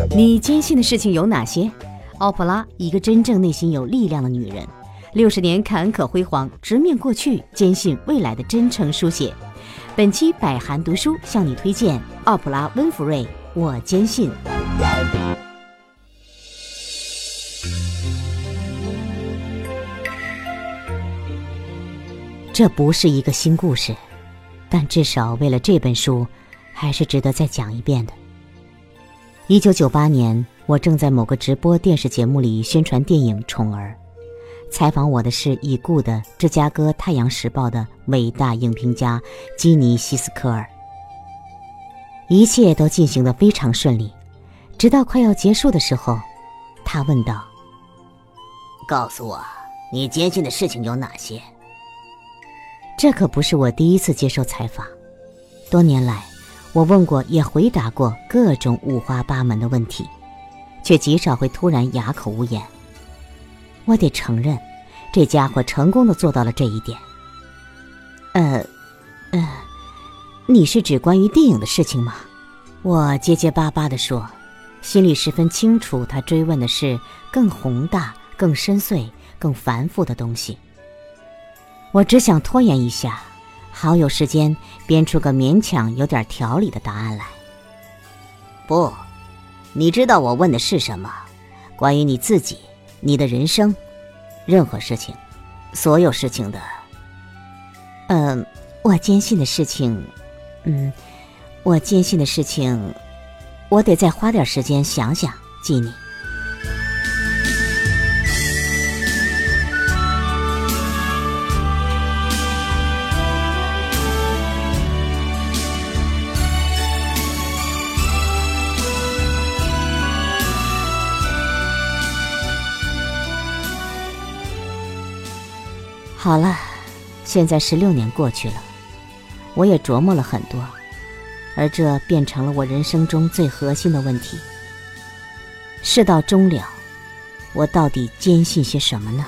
你坚信的事情有哪些？奥普拉，一个真正内心有力量的女人，60年坎坷辉煌，直面过去，坚信未来的真诚书写。本期百寒读书向你推荐奥普拉·温弗瑞《我坚信》。这不是一个新故事，但至少为了这本书，还是值得再讲一遍的。1998年，我正在某个直播电视节目里宣传电影《宠儿》，采访我的是已故的芝加哥太阳时报的伟大影评家基尼希斯科尔。一切都进行得非常顺利，直到快要结束的时候，他问道：告诉我，你坚信的事情有哪些？这可不是我第一次接受采访，多年来我问过也回答过各种五花八门的问题，却极少会突然哑口无言。我得承认，这家伙成功地做到了这一点。你是指关于电影的事情吗？我结结巴巴地说，心里十分清楚他追问的是更宏大、更深邃、更繁复的东西。我只想拖延一下，好有时间编出个勉强有点条理的答案来。不，你知道我问的是什么？关于你自己，你的人生，任何事情，所有事情的。我坚信的事情，我得再花点时间想想，基尼。好了，现在16年过去了，我也琢磨了很多，而这变成了我人生中最核心的问题。事到终了，我到底坚信些什么呢？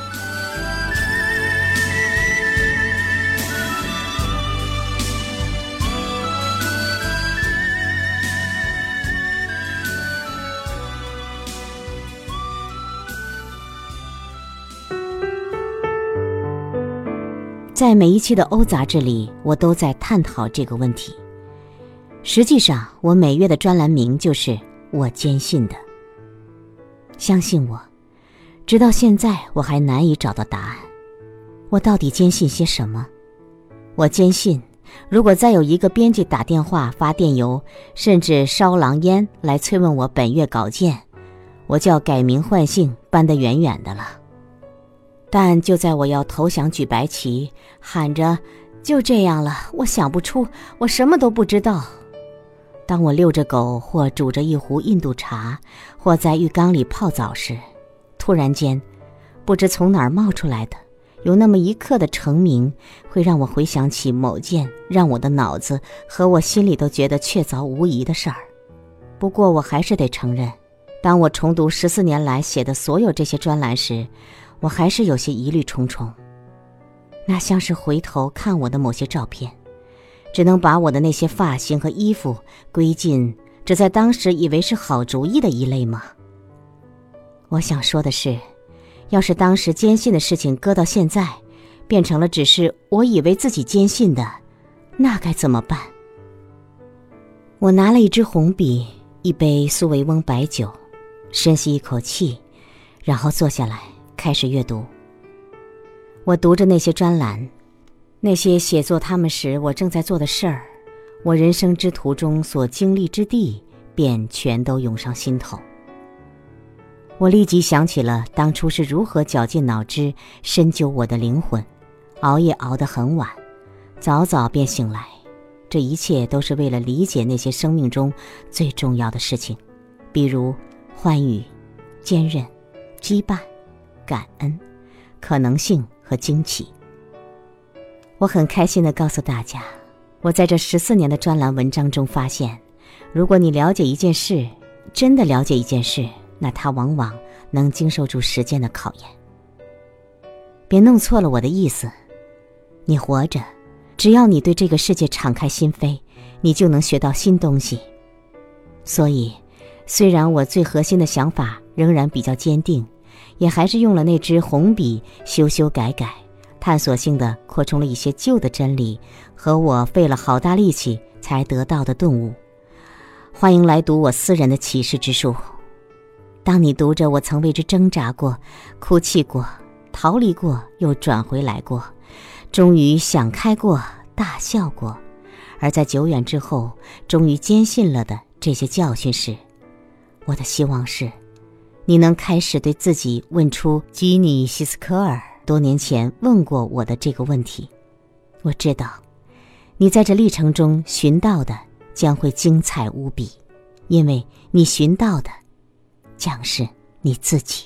在每一期的欧杂志里，我都在探讨这个问题。实际上，我每月的专栏名就是我坚信的。相信我，直到现在我还难以找到答案。我到底坚信些什么？我坚信，如果再有一个编辑打电话、发电邮，甚至烧狼烟来催问我本月稿件，我就要改名换姓，搬得远远的了。但就在我要投降举白旗，喊着就这样了，我想不出，我什么都不知道。当我遛着狗，或煮着一壶印度茶，或在浴缸里泡澡时，突然间不知从哪儿冒出来的有那么一刻的成名，会让我回想起某件让我的脑子和我心里都觉得确凿无疑的事儿。不过我还是得承认，当我重读14年来写的所有这些专栏时，我还是有些疑虑重重。那像是回头看我的某些照片，只能把我的那些发型和衣服归进只在当时以为是好主意的一类吗？我想说的是，要是当时坚信的事情搁到现在，变成了只是我以为自己坚信的，那该怎么办？我拿了一支红笔，一杯苏维翁白酒，深吸一口气，然后坐下来开始阅读。我读着那些专栏，那些写作他们时我正在做的事儿，我人生之途中所经历之地，便全都涌上心头。我立即想起了当初是如何绞尽脑汁深究我的灵魂，熬夜熬得很晚，早早便醒来，这一切都是为了理解那些生命中最重要的事情，比如欢愉、坚韧、羁绊、感恩、可能性和惊奇。我很开心地告诉大家，我在这14年的专栏文章中发现，如果你了解一件事，真的了解一件事，那它往往能经受住时间的考验。别弄错了我的意思，你活着，只要你对这个世界敞开心扉，你就能学到新东西。所以虽然我最核心的想法仍然比较坚定，也还是用了那支红笔修修改改，探索性地扩充了一些旧的真理和我费了好大力气才得到的顿悟。欢迎来读我私人的启示之书。当你读着我曾为之挣扎过、哭泣过、逃离过又转回来过，终于想开过、大笑过，而在久远之后终于坚信了的这些教训时，我的希望是你能开始对自己问出基尼西斯科尔多年前问过我的这个问题。我知道你在这历程中寻到的将会精彩无比，因为你寻到的将是你自己。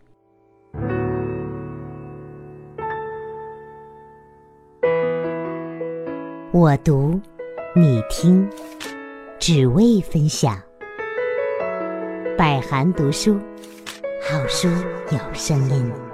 我读，你听，只为分享。百寒读书，好书有声音。